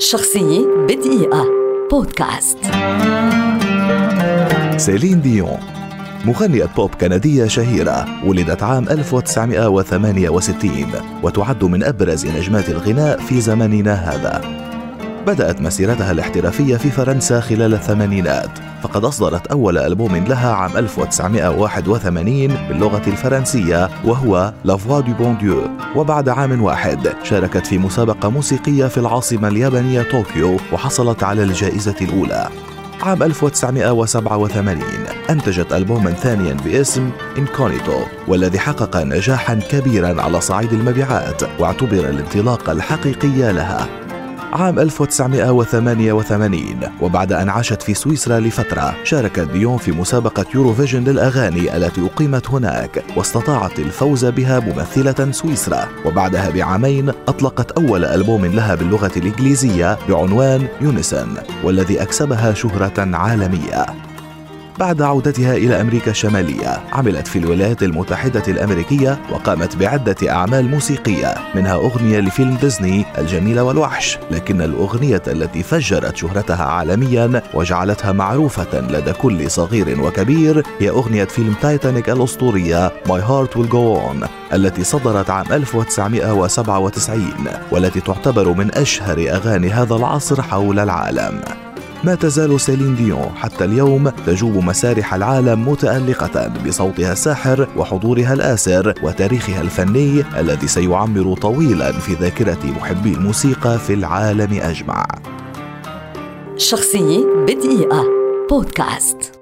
شخصية بدقيقة بودكاست. سيلين ديون مغنية بوب كندية شهيرة، ولدت عام 1968 وتعد من أبرز نجمات الغناء في زماننا هذا. بدأت مسيرتها الاحترافية في فرنسا خلال الثمانينات، فقد أصدرت أول ألبوم لها عام 1981 باللغة الفرنسية وهو La Voix du Bon Dieu. وبعد عام واحد شاركت في مسابقة موسيقية في العاصمة اليابانية طوكيو وحصلت على الجائزة الأولى. عام 1987 أنتجت ألبوما ثانيا باسم إنكونيتو، والذي حقق نجاحا كبيرا على صعيد المبيعات واعتبر الانطلاقة الحقيقية لها. عام 1988 وبعد أن عاشت في سويسرا لفترة، شاركت ديون في مسابقة يوروفيجن للأغاني التي أقيمت هناك، واستطاعت الفوز بها ممثلة سويسرا. وبعدها بعامين أطلقت أول ألبوم لها باللغة الإنجليزية بعنوان يونيسن، والذي أكسبها شهرة عالمية. بعد عودتها إلى أمريكا الشمالية عملت في الولايات المتحدة الأمريكية وقامت بعدة أعمال موسيقية، منها أغنية لفيلم ديزني الجميل والوحش، لكن الأغنية التي فجرت شهرتها عالميا وجعلتها معروفة لدى كل صغير وكبير هي أغنية فيلم تايتانيك الأسطورية My Heart Will Go On، التي صدرت عام 1997 والتي تعتبر من أشهر أغاني هذا العصر حول العالم. ما تزال سيلين ديون حتى اليوم تجوب مسارح العالم متألقة بصوتها الساحر وحضورها الآسر وتاريخها الفني الذي سيعمر طويلا في ذاكرة محبي الموسيقى في العالم أجمع. شخصية بدقيقة بودكاست.